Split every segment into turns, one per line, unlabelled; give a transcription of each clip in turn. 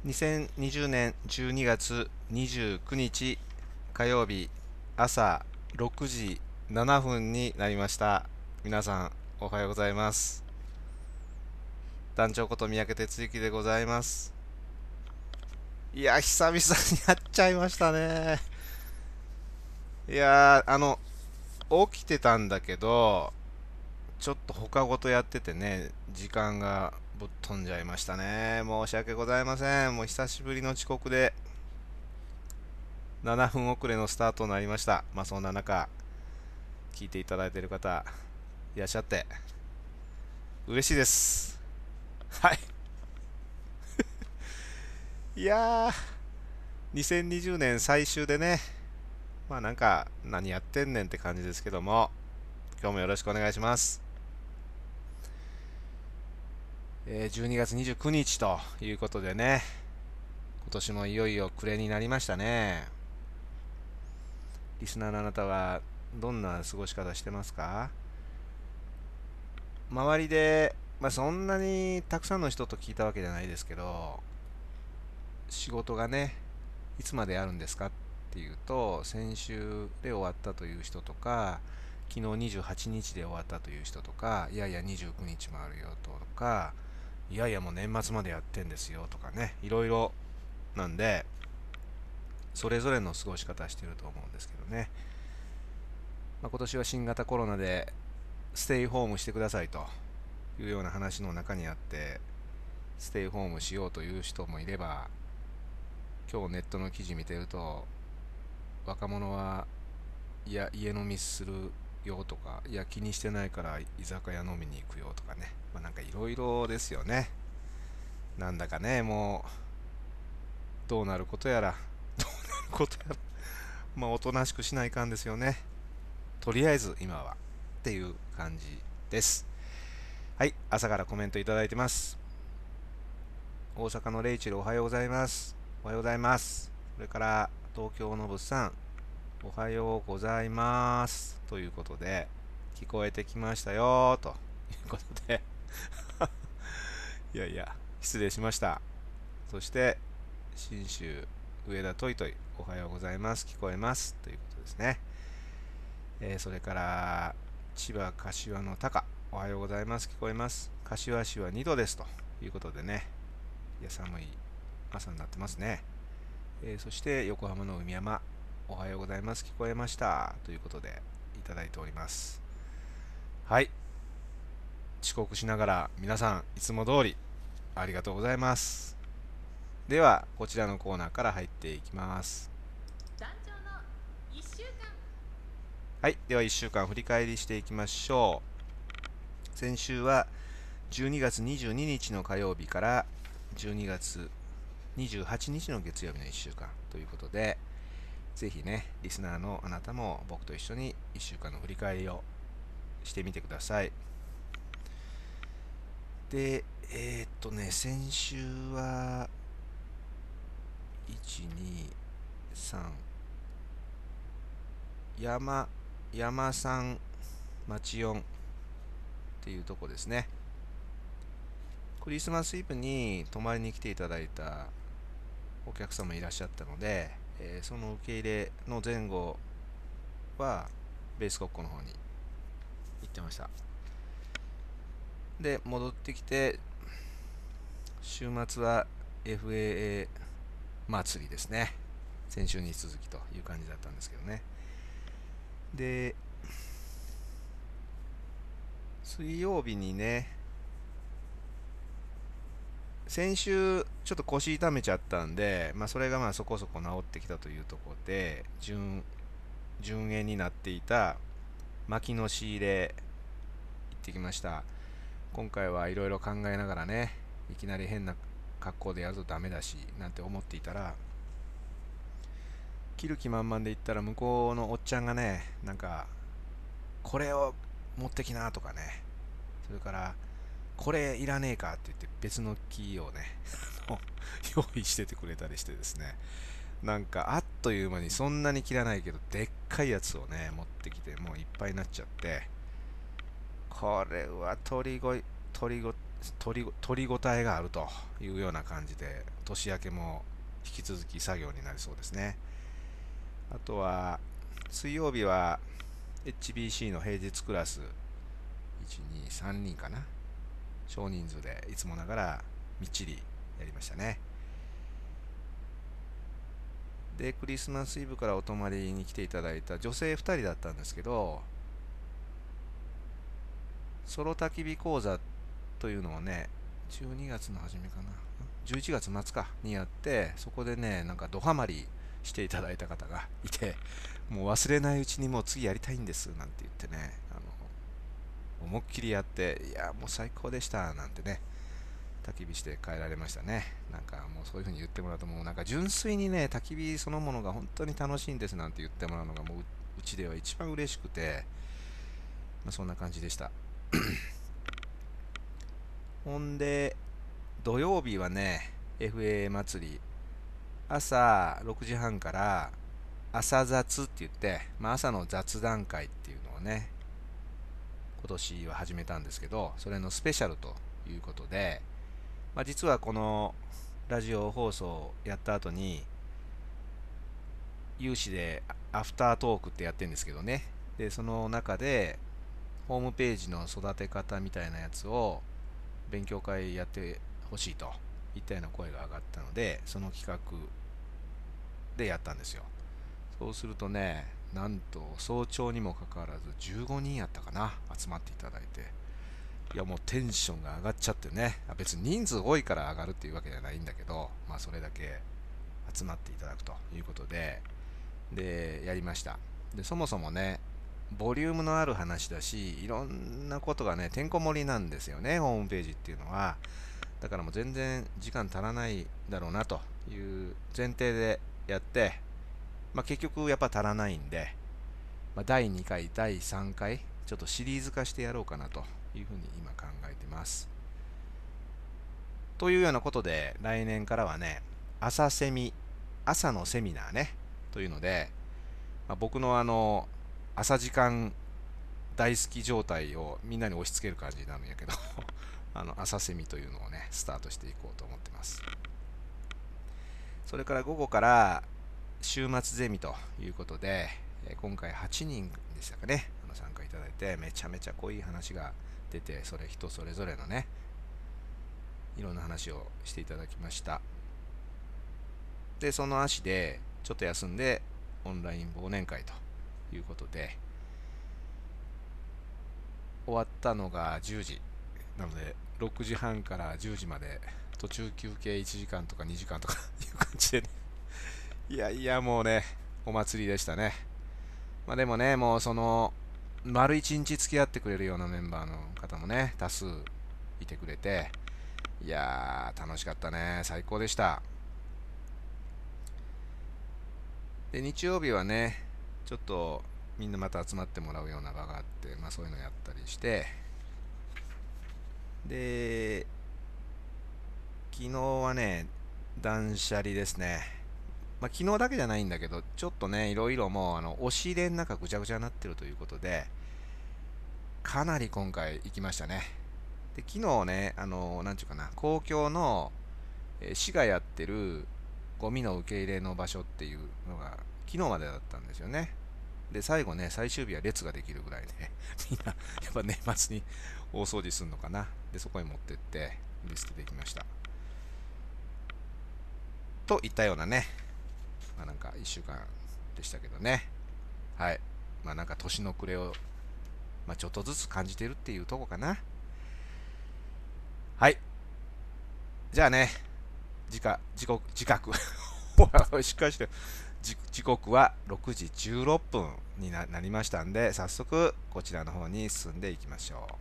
2020年12月29日火曜日朝6時7分になりました。皆さんおはようございます。団長こと三宅哲之でございます。いや、久々にやっちゃいましたね。いや起きてたんだけど、ちょっと他ごとやっててね、時間がぶっ飛んじゃいましたね。申し訳ございません。もう久しぶりの遅刻で7分遅れのスタートになりました。そんな中、聞いていただいている方いらっしゃって嬉しいです。はい。いや2020年最終でね、なんか何やってんねんって感じですけども、今日もよろしくお願いします。12月29日ということでね、今年もいよいよ暮れになりましたね。リスナーのあなたはどんな過ごし方してますか？周りで、そんなにたくさんの人と聞いたわけじゃないですけど、仕事がね、いつまであるんですかっていうと、先週で終わったという人とか、昨日28日で終わったという人とか、いやいや29日もあるよとか、いやいやもう年末までやってんですよとかね、いろいろなんで、それぞれの過ごし方してると思うんですけどね。今年は新型コロナでステイホームしてくださいというような話の中にあって、ステイホームしようという人もいれば、今日ネットの記事見てると、若者はいや家飲みするよとか、いや気にしてないから居酒屋飲みに行くよとかね、なんかいろいろですよね。なんだかね、もうどうなることやらどうなることやら、おとなしくしないかんですよね。とりあえず今はっていう感じです。はい、朝からコメントいただいてます。大阪のレイチェルおはようございます。おはようございます。それから東京の物産おはようございますということで、聞こえてきましたよということでいやいや失礼しました。そして信州上田トイトイおはようございます、聞こえますということですね。それから千葉柏の高おはようございます、聞こえます、柏市は2度ですということでね、いや寒い朝になってますね。そして横浜の海山おはようございます、聞こえましたということでいただいております。はい、遅刻しながら皆さんいつも通りありがとうございます。ではこちらのコーナーから入っていきます。団長の1週間。はい、では1週間振り返りしていきましょう。先週は12月22日の火曜日から12月28日の月曜日の1週間ということで、ぜひね、リスナーのあなたも僕と一緒に1週間の振り返りをしてみてください。で、先週は、1、2、3、山さん、町4っていうとこですね。クリスマスイブに泊まりに来ていただいたお客様いらっしゃったので、その受け入れの前後はベース国庫の方に行ってました。で戻ってきて週末は FAA 祭りですね。先週に続きという感じだったんですけどね。で水曜日にね、先週ちょっと腰痛めちゃったんで、それがそこそこ治ってきたというところで、順延になっていた薪の仕入れ行ってきました。今回はいろいろ考えながらね、いきなり変な格好でやるとダメだしなんて思っていたら、切る気満々で行ったら向こうのおっちゃんがね、なんかこれを持ってきなとかね、それからこれいらねえかって言って別の木をね用意しててくれたりしてですね、なんかあっという間に、そんなに切らないけどでっかいやつをね持ってきて、もういっぱいになっちゃって、これは鳥越取りごたえがあるというような感じで、年明けも引き続き作業になりそうですね。あとは水曜日は HBC の平日クラス1、2、3人かな、少人数でいつもながらみっちりやりましたね。でクリスマスイブからお泊まりに来ていただいた女性2人だったんですけど、ソロ焚き火講座というのをね、12月の初めかな、11月末かにやって、そこでね、なんかドハマりしていただいた方がいて、もう忘れないうちにもう次やりたいんですなんて言ってね、思いっきりやって、いやもう最高でしたなんてね、焚き火して帰られましたね。なんかもうそういう風に言ってもらうと、もうなんか純粋にね、焚き火そのものが本当に楽しいんですなんて言ってもらうのがもううちでは一番嬉しくて、そんな感じでした。ほんで土曜日はね、 FA 祭り、朝6時半から朝雑って言って、朝の雑談会っていうのをね、今年は始めたんですけど、それのスペシャルということで、実はこのラジオ放送をやった後に有志でアフタートークってやってるんですけどね、でその中でホームページの育て方みたいなやつを勉強会やってほしいといったような声が上がったので、その企画でやったんですよ。そうするとね、なんと早朝にもかかわらず15人やったかな、集まっていただいて、いやもうテンションが上がっちゃってね、別に人数多いから上がるっていうわけじゃないんだけど、それだけ集まっていただくということで、やりました。でそもそもね、ボリュームのある話だし、いろんなことがね、てんこ盛りなんですよね、ホームページっていうのは。だからもう全然時間足らないだろうなという前提でやって、結局やっぱ足らないんで、第2回、第3回、ちょっとシリーズ化してやろうかなというふうに今考えてます。というようなことで、来年からはね、朝セミ、朝のセミナーね、というので、僕の朝時間大好き状態をみんなに押し付ける感じになるんやけど朝セミというのをね、スタートしていこうと思ってます。それから午後から週末ゼミということで、今回8人でしたかね、参加いただいて、めちゃめちゃ濃い話が出て、それ人それぞれのね、いろんな話をしていただきました。でその足でちょっと休んでオンライン忘年会ということで、終わったのが10時なので、6時半から10時まで途中休憩1時間とか2時間とかいう感じでね、いやいやもうね、お祭りでしたね。でもね、もうその丸1日付き合ってくれるようなメンバーの方もね、多数いてくれて、いやー楽しかったね、最高でした。で日曜日はね、ちょっとみんなまた集まってもらうような場があって、そういうのやったりして、で昨日はね、断捨離ですね。昨日だけじゃないんだけど、ちょっとね、いろいろもう押し入れの中ぐちゃぐちゃになってるということで、かなり今回行きましたね。で昨日ね、なんちゅうかな、公共の市がやってるゴミの受け入れの場所っていうのが昨日までだったんですよね。で最後ね、最終日は列ができるぐらいね、みんなやっぱ年末に大掃除するのかな。でそこに持ってってリストできました。といったようなね、なんか1週間でしたけどね。はい。なんか年の暮れを、ちょっとずつ感じてるっていうとこかな。はい。じゃあね、時刻ほら、しっかりして、時刻は6時16分になりましたんで、早速こちらの方に進んでいきましょう。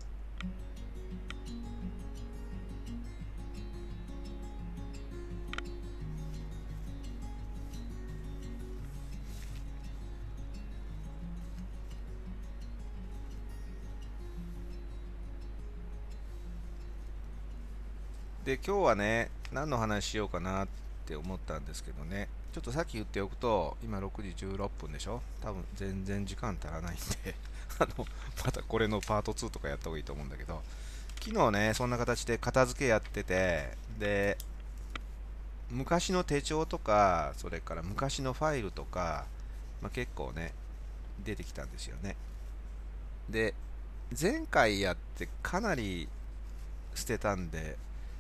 で今日はね、何の話しようかなって思ったんですけどね、ちょっとさっき言っておくと、今6時16分でしょ、多分全然時間足らないんでまたこれのパート2とかやった方がいいと思うんだけど、 昨日ね、そんな形で片付けやってて、で、昔の手帳とか、それから昔のファイルとか、結構ね、出てきたんですよね。で、前回やってかなり捨てたんで、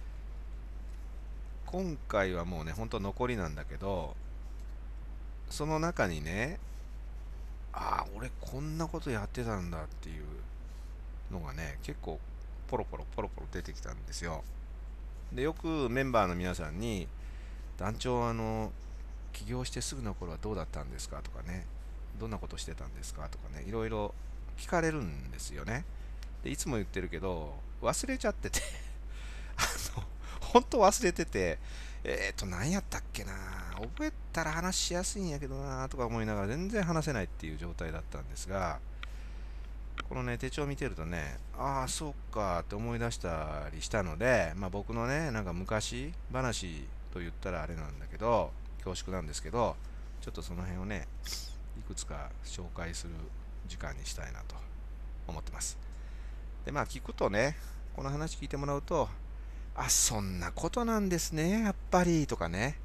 今回はもうね、ほんと残りなんだけど、その中にね、ああ、俺こんなことやってたんだっていうのがね、結構ポロポロポロポロ出てきたんですよ。で、よくメンバーの皆さんに、団長、起業してすぐの頃はどうだったんですかとかね、どんなことしてたんですかとかね、いろいろ聞かれるんですよね。で、いつも言ってるけど、忘れちゃってて本当忘れてて、何やったっけな、覚えたら話しやすいんやけどなとか思いながら全然話せないっていう状態だったんですが、このね、手帳見てるとね、ああ、そうかって思い出したりしたので、僕のね、なんか昔話と言ったらあれなんだけど、恐縮なんですけど、ちょっとその辺をね、いくつか紹介する時間にしたいなと思ってます。で、聞くとね、この話聞いてもらうと、あ、そんなことなんですね、やっぱり、とかね、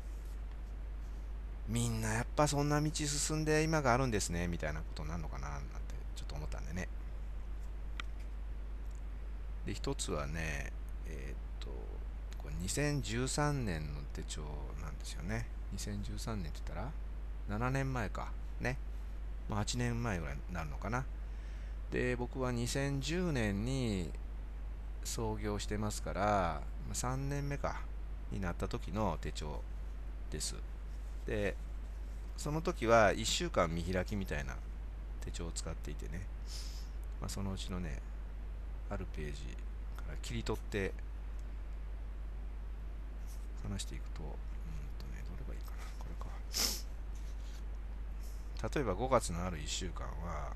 みんなやっぱそんな道進んで今があるんですね、みたいなことになるのかな、なんてちょっと思ったんでね。で、一つはね、これ2013年の手帳なんですよね。2013年って言ったら、7年前か。ね。8年前ぐらいになるのかな。で、僕は2010年に創業してますから、3年目か、になった時の手帳です。で、その時は1週間見開きみたいな手帳を使っていてね、そのうちのね、あるページから切り取って話していくと、どれがいいかな、これか。例えば5月のある1週間は、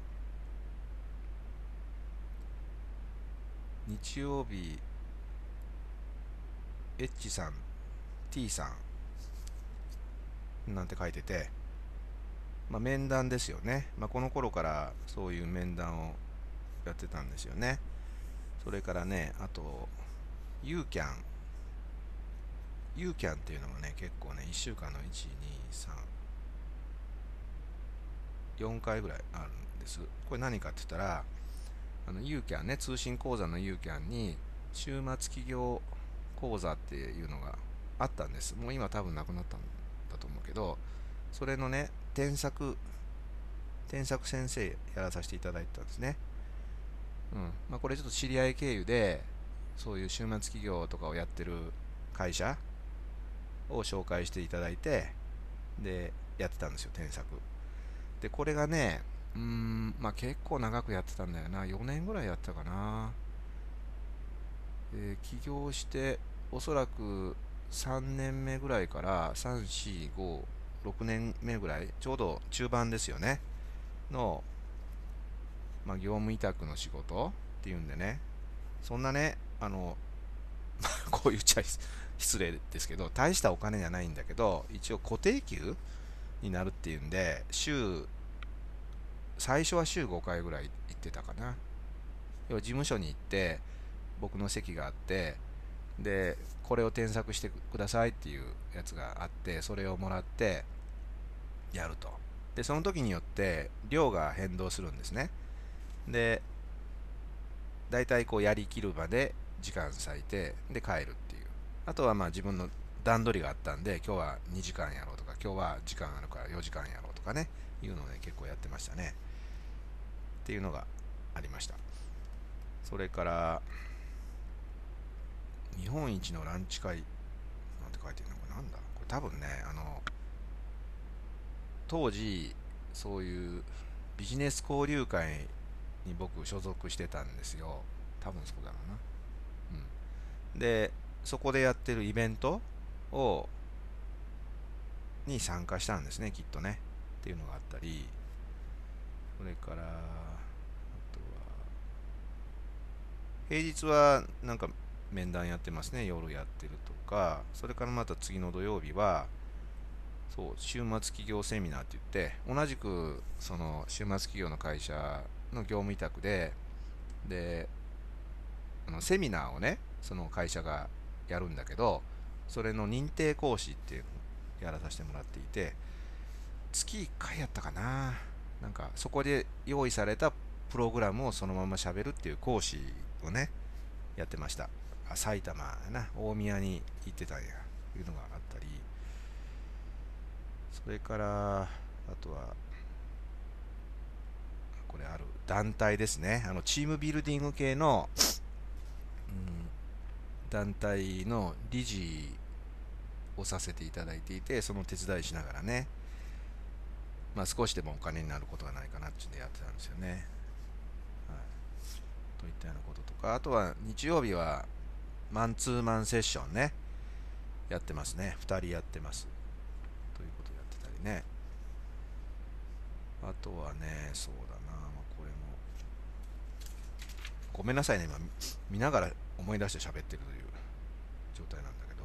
日曜日、H さん、T さんなんて書いてて、面談ですよね。この頃からそういう面談をやってたんですよね。それからね、あと、ユーキャン。ユーキャンっていうのがね、結構ね、1週間の1、2、3、4回ぐらいあるんです。これ何かって言ったら、ユーキャンね、通信講座のユーキャンに、週末企業講座っていうのがあったんです。もう今多分なくなったんだと思うけど、それのね、添削先生やらさせていただいてたんですね。これちょっと知り合い経由で、そういう週末企業とかをやってる会社を紹介していただいて、で、やってたんですよ、添削。で、これがね、結構長くやってたんだよな。4年ぐらいやってたかな。起業して、おそらく3年目ぐらいから3、4、5、6年目ぐらい、ちょうど中盤ですよね。の、業務委託の仕事っていうんでね、そんなね、こう言っちゃ失礼ですけど、大したお金じゃないんだけど、一応固定給になるっていうんで、最初は週5回ぐらい行ってたかな。要は事務所に行って、僕の席があって、で、これを添削してくださいっていうやつがあって、それをもらってやると。で、その時によって量が変動するんですね。で、大体こうやりきるまで時間割いて、で帰るっていう。あとは自分の段取りがあったんで、今日は2時間やろうとか、今日は時間あるから4時間やろうとかね、いうのをね、結構やってましたね。っていうのがありました。それから、日本一のランチ会、なんて書いてるのこれなんだこれ多分ね、当時、そういうビジネス交流会に僕所属してたんですよ。多分そうだろうな。で、そこでやってるイベントを、に参加したんですね、きっとね。っていうのがあったり、それから、あとは、平日はなんか面談やってますね、夜やってるとか、それからまた次の土曜日は、そう、週末企業セミナーって言って、同じく、その、週末企業の会社の業務委託で、で、 セミナーをね、その会社がやるんだけど、それの認定講師っていうのをやらさせてもらっていて、月1回やったかな。なんかそこで用意されたプログラムをそのまま喋るっていう講師をね、やってました。埼玉やな、大宮に行ってたんや、いうのがあったり、それから、あとは、これある団体ですね。チームビルディング系の、団体の理事をさせていただいていて、その手伝いしながらね、まあ少しでもお金になることがないかなっていうんでやってたんですよね。はい。といったようなこととか、あとは日曜日はマンツーマンセッションね、やってますね。2人やってます。ということをやってたりね。あとはね、そうだな、まあ、これも、ごめんなさいね、今、見ながら思い出して喋ってるという状態なんだけど、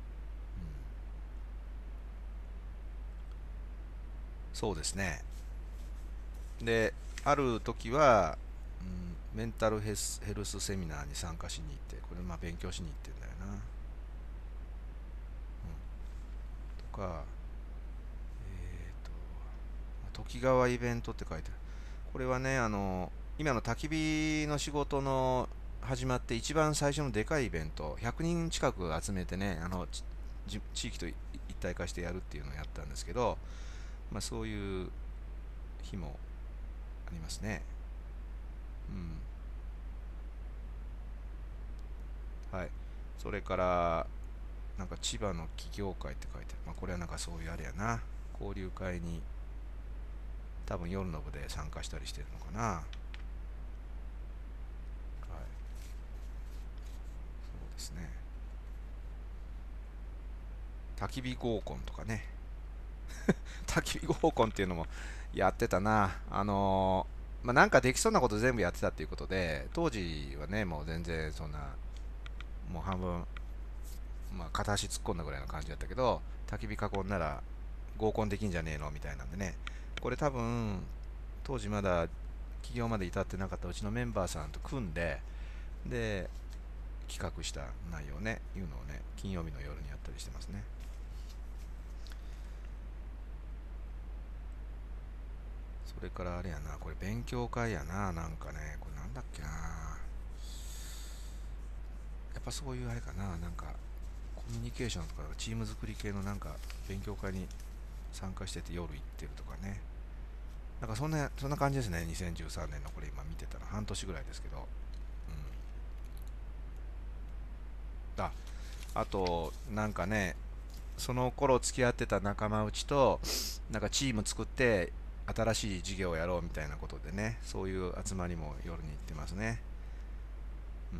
そうですね。で、ある時は、メンタルヘルスセミナーに参加しに行って、これまあ勉強しに行ってんだよな。とか、時川イベントって書いてある。これはね、今の焚き火の仕事の始まって一番最初のでかいイベント、100人近く集めてね、地域と一体化してやるっていうのをやったんですけど、まあそういう日もありますね。はい。それから、なんか千葉の企業会って書いてある。まあこれはなんかそういうあれやな。交流会に多分夜の部で参加したりしてるのかな。はい。そうですね。焚き火合コンとかね。焚き火合コンっていうのもやってたな。まあ、なんかできそうなこと全部やってたっていうことで、当時はね、もう全然そんな、もう半分、まあ、片足突っ込んだぐらいの感じだったけど、焚き火囲んだら合コンできんじゃねえのみたいなんでね。これ多分、当時まだ起業まで至ってなかったうちのメンバーさんと組んで、で、企画した内容ね、いうのをね、金曜日の夜にやったりしてますね。それからあれやな、これ勉強会やな、なんかね、これなんだっけな。やっぱそういうあれかな、なんか、コミュニケーションとかチーム作り系のなんか勉強会に参加してて夜行ってるとかね。なんかそんな感じですね、2013年のこれ今見てたら半年ぐらいですけど。あと、なんかね、その頃付き合ってた仲間内と、なんかチーム作って新しい事業をやろうみたいなことでね、そういう集まりも夜に行ってますね。うん。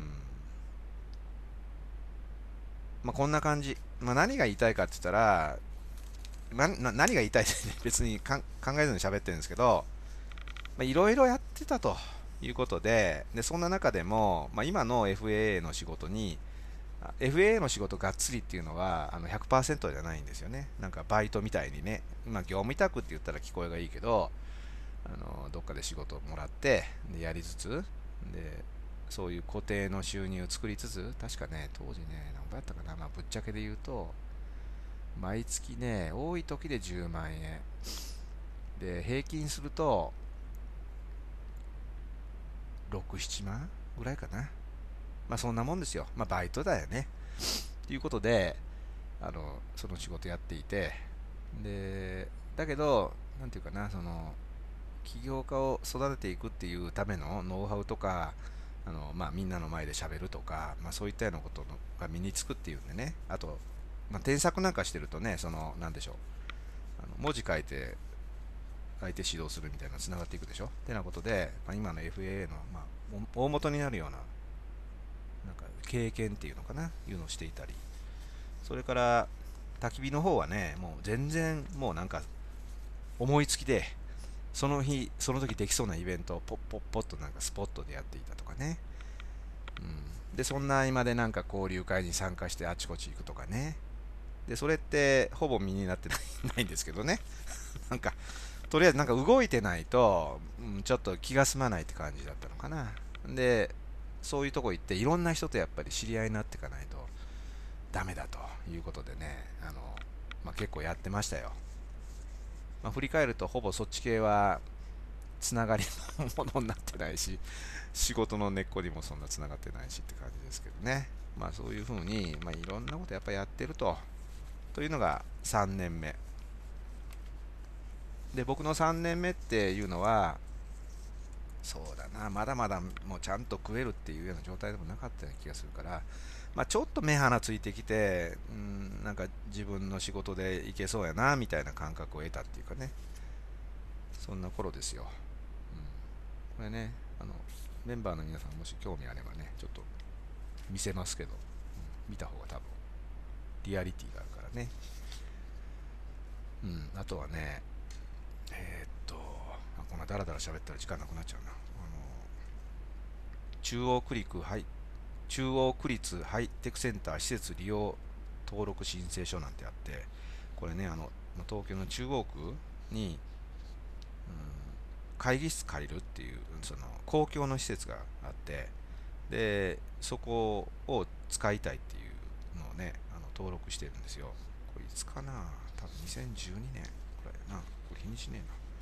まあこんな感じ。まあ何が言いたいかって言ったら、何が言いたいってね、別に考えずに喋ってるんですけど、いろいろやってたということで、そんな中でも、まあ、今の FAA の仕事に、FAA の仕事がっつりっていうのは100%じゃないんですよね。なんかバイトみたいにね、まあ、業務委託って言ったら聞こえがいいけど、どっかで仕事をもらって、でやりつつ、で、そういう固定の収入を作りつつ、確かね、当時ね、何倍やったかな、まあ、ぶっちゃけで言うと、毎月ね、多い時で10万円。で、平均すると、6、7万ぐらいかな。まあそんなもんですよ。まあバイトだよね。ということで、その仕事やっていて、で、だけど、なんていうかな、起業家を育てていくっていうためのノウハウとか、まあみんなの前で喋るとか、まあそういったようなことが身につくっていうんでね、あと、まあ添削なんかしてるとね、なんでしょう、文字書いて相手指導するみたいなつながっていくでしょってなことで、まあ、今の FAA の、まあ、大元になるようななんか経験っていうのかな、いうのをしていたり、それから焚き火の方はね、もう全然もうなんか思いつきで、その日、その時できそうなイベントをポッポッポッとなんかスポットでやっていたとかね。で、そんな合間でなんか交流会に参加してあちこち行くとかね。で、それってほぼ身になってないんですけどね。なんか、とりあえずなんか動いてないと、ちょっと気が済まないって感じだったのかな。で、 そういうとこ行っていろんな人とやっぱり知り合いになっていかないとダメだということでね、結構やってましたよ。振り返るとほぼそっち系はつながりのものになってないし、仕事の根っこにもそんなつながってないしって感じですけどね。そういうふうに、いろんなことやっぱやってるというのが3年目で、僕の3年目っていうのは、そうだな、まだまだもうちゃんと食えるっていうような状態でもなかったような気がするから、ちょっと目鼻ついてきて、なんか自分の仕事でいけそうやなみたいな感覚を得たっていうかね、そんな頃ですよ。これね、メンバーの皆さんもし興味あればね、ちょっと見せますけど、見た方が多分リアリティがあるからね。あとはね、こんなダラダラ喋ったら時間なくなっちゃうな。中央区立中央区立ハイテクセンター施設利用登録申請書なんてあって、これね、東京の中央区に、会議室借りるっていう、その公共の施設があって、で、そこを使いたいっていうのをね、登録してるんですよ。これいつかな、多分2012年くらいやな。これ日にちね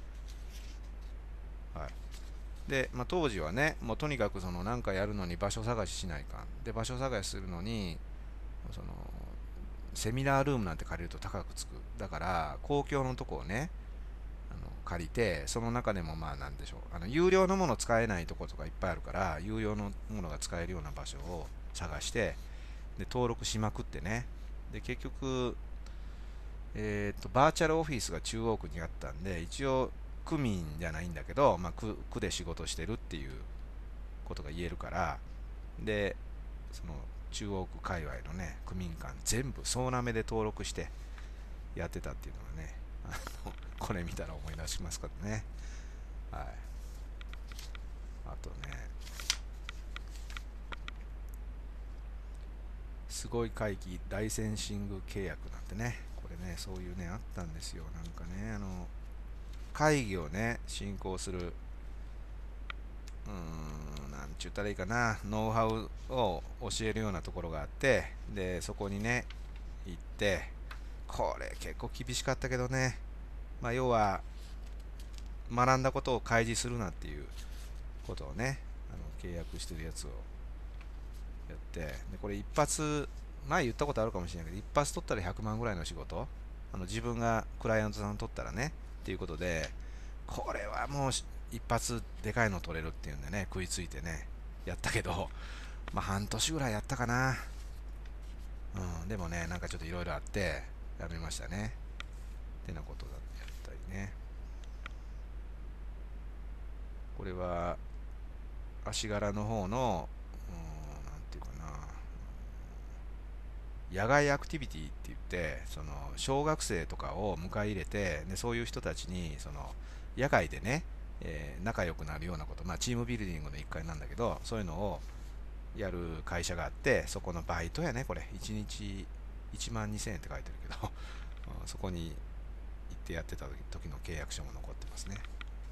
えな。はい。で、当時はね、もうとにかくその何かやるのに場所探ししないかん。で、場所探しするのに、その、セミナールームなんて借りると高くつく。だから、公共のとこをね、借りて、その中でもなんでしょう、有料のもの使えないところとかいっぱいあるから、有料のものが使えるような場所を探して、で、登録しまくってね。で、結局、バーチャルオフィスが中央区にあったんで、一応、区民じゃないんだけど、区で仕事してるっていうことが言えるから、で、その中央区界隈のね、区民間全部総なめで登録してやってたっていうのはね、これ見たら思い出しますからね。はい。あとね、すごい会議ライセンシング契約なんてね、これね、そういうね、あったんですよ。なんかね、会議をね、進行する、なんちゅったらいいかな、ノウハウを教えるようなところがあって、で、そこにね、行って、これ結構厳しかったけどね、要は、学んだことを開示するなっていうことをね、契約してるやつをやって、で、これ一発、前言ったことあるかもしれないけど、一発取ったら100万ぐらいの仕事、自分がクライアントさん取ったらね、っていうことで、これはもう一発でかいの取れるっていうんでね、食いついてね、やったけど、半年ぐらいやったかな。でもね、なんかちょっといろいろあって、やめましたね。ってなことだったりね。これは、足柄の方の、なんていうかな、野外アクティビティって言って、その小学生とかを迎え入れて、でそういう人たちにその野外でね、仲良くなるようなこと、チームビルディングの一環なんだけど、そういうのをやる会社があって、そこのバイトやね、これ、1日1万2000円って書いてるけど、そこに行ってやってた時の契約書も残ってますね。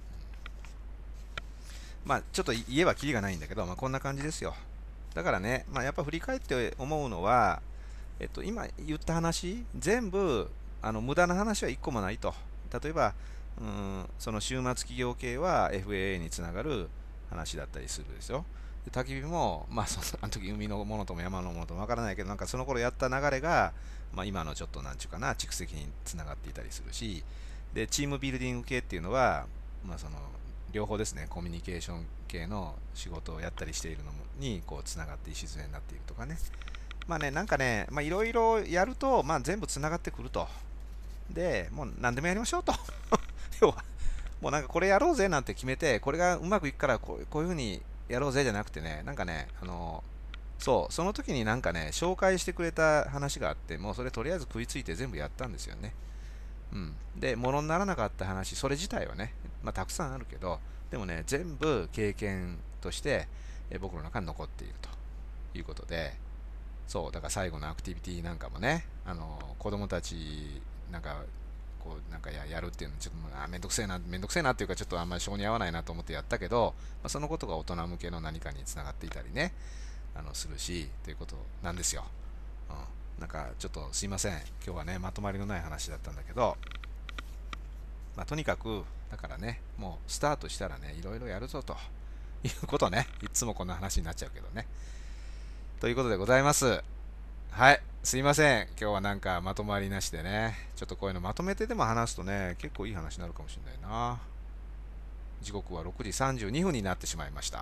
ちょっと言えばキリがないんだけど、こんな感じですよ。だからね、やっぱ振り返って思うのは、今言った話、全部、無駄な話は一個もないと。例えば、その週末企業系は FAA につながる話だったりするですよ。で焚き火も、あの時海のものとも山のものともわからないけど、なんかその頃やった流れが、今のちょっとなんちゅうかな、蓄積につながっていたりするし、で、チームビルディング系っていうのは、その、両方ですね、コミュニケーション系の仕事をやったりしているのに、こう、つながって礎になっているとかね。なんかね、いろいろやると、全部つながってくると。で、もう何でもやりましょうと。要は、もうなんかこれやろうぜなんて決めて、これがうまくいくからこういうふうにやろうぜじゃなくてね、なんかね、そう、その時になんかね、紹介してくれた話があって、もうそれとりあえず食いついて全部やったんですよね。で、ものにならなかった話、それ自体はね、たくさんあるけど、でもね、全部経験として、僕の中に残っているということで、そう、だから最後のアクティビティなんかもね、子供たち、なんか、 こうなんかやるっていうのちょっとめんどくせえなっていうか、ちょっとあんまり性に合わないなと思ってやったけど、そのことが大人向けの何かにつながっていたりね、するしということなんですよ。なんかちょっとすいません、今日はねまとまりのない話だったんだけど、とにかくだからね、もうスタートしたらね、いろいろやるぞということね。いつもこんな話になっちゃうけどね。ということでございます。はい、すいません。今日はなんかまとまりなしでね、ちょっとこういうのまとめてでも話すとね、結構いい話になるかもしれないな。時刻は6時32分になってしまいました。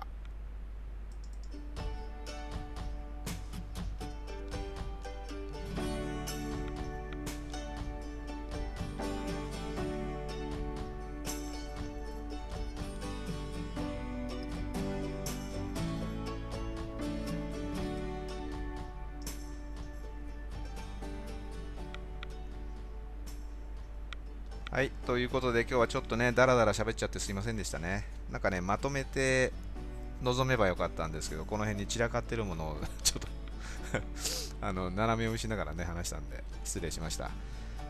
はい、ということで今日はちょっとね、だらだら喋っちゃってすいませんでしたね。なんかね、まとめて臨めばよかったんですけど、この辺に散らかってるものをちょっと斜め読みしながらね、話したんで、失礼しました。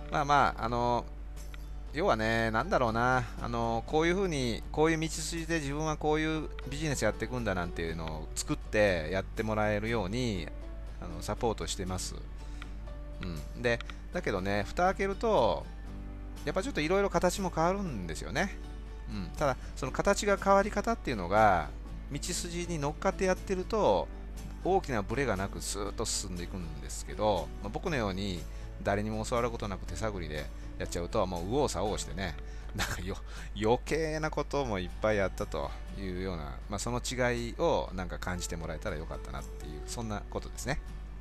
要はね、なんだろうな、こういうふうに、こういう道筋で自分はこういうビジネスやっていくんだなんていうのを作ってやってもらえるように、サポートしてます。で、だけどね、蓋開けると、やっぱちょっといろいろ形も変わるんですよね。ただ、その形が変わり方っていうのが、道筋に乗っかってやってると、大きなブレがなくスーッと進んでいくんですけど、僕のように誰にも教わることなく手探りでやっちゃうと、もう右往左往してね、なんか余計なこともいっぱいやったというような、その違いをなんか感じてもらえたらよかったなっていう、そんなことですね。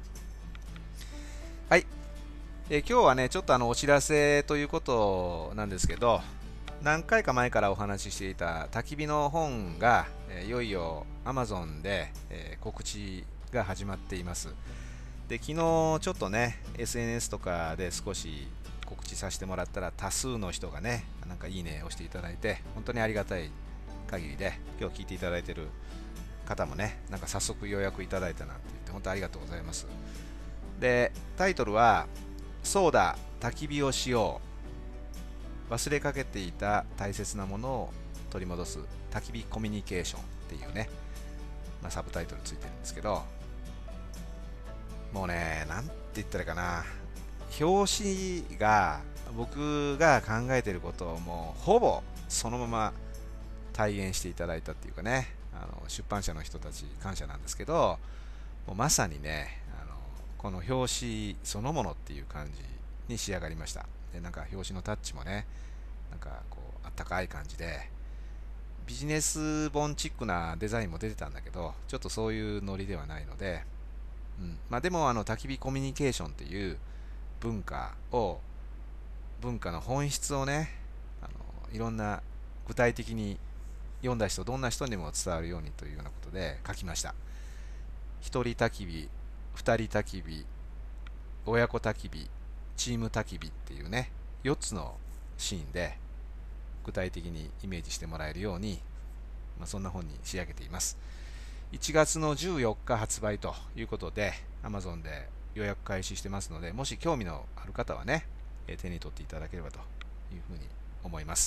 はい。今日はね、ちょっとお知らせということなんですけど、何回か前からお話ししていた焚き火の本が、いよいよ Amazon で、告知が始まっています。で、昨日ちょっとね、SNS とかで少し告知させてもらったら多数の人がね、なんかいいねを押していただいて、本当にありがたい限りで、今日聞いていただいている方もね、なんか早速予約いただいたなって言って、本当ありがとうございます。で、タイトルは、そうだ、焚き火をしよう。忘れかけていた大切なものを取り戻す焚き火コミュニケーションっていうね、サブタイトルついてるんですけど、もうね、なんて言ったらいいかな、表紙が僕が考えていることをもうほぼそのまま体現していただいたっていうかね、出版社の人たち感謝なんですけど、もうまさにね、この表紙そのものっていう感じに仕上がりました。で、なんか表紙のタッチもね、なんかこうあったかい感じで、ビジネス本チックなデザインも出てたんだけど、ちょっとそういうノリではないので、でも焚き火コミュニケーションっていう文化を、文化の本質をね、いろんな具体的に読んだ人、どんな人にも伝わるようにというようなことで書きました。一人焚き火、二人焚き火、親子焚き火、チーム焚き火っていうね、4つのシーンで具体的にイメージしてもらえるように、そんな本に仕上げています。1月の14日発売ということで Amazon で予約開始してますので、もし興味のある方はね、手に取っていただければというふうに思います。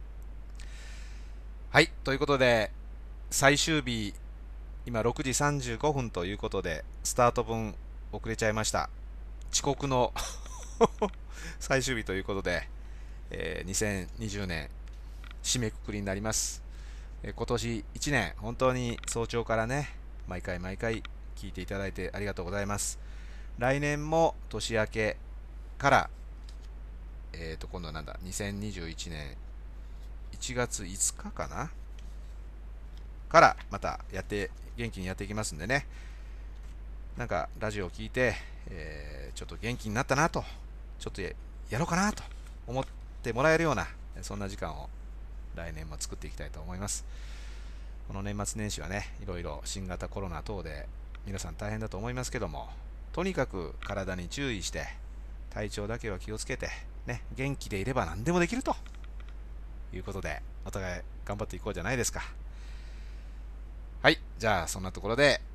はい、ということで最終日、今6時35分ということでスタート分遅れちゃいました。遅刻の最終日ということで、2020年締めくくりになります。今年1年本当に早朝からね、毎回毎回聞いていただいてありがとうございます。来年も年明けから、今度はなんだ、2021年1月5日かなからまた元気にやっていきますんでね、なんかラジオを聞いて、ちょっと元気になったなと、ちょっとやろうかなと思ってもらえるような、そんな時間を来年も作っていきたいと思います。この年末年始はね、いろいろ新型コロナ等で皆さん大変だと思いますけども、とにかく体に注意して、体調だけは気をつけて、ね、元気でいれば何でもできるということで、お互い頑張っていこうじゃないですか。はい、じゃあそんなところで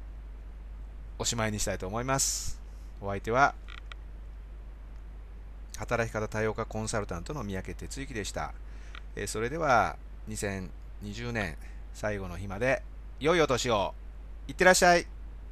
おしまいにしたいと思います。お相手は働き方多様化コンサルタントの三宅哲之でした。それでは2020年最後の日まで良いお年を。いってらっしゃい。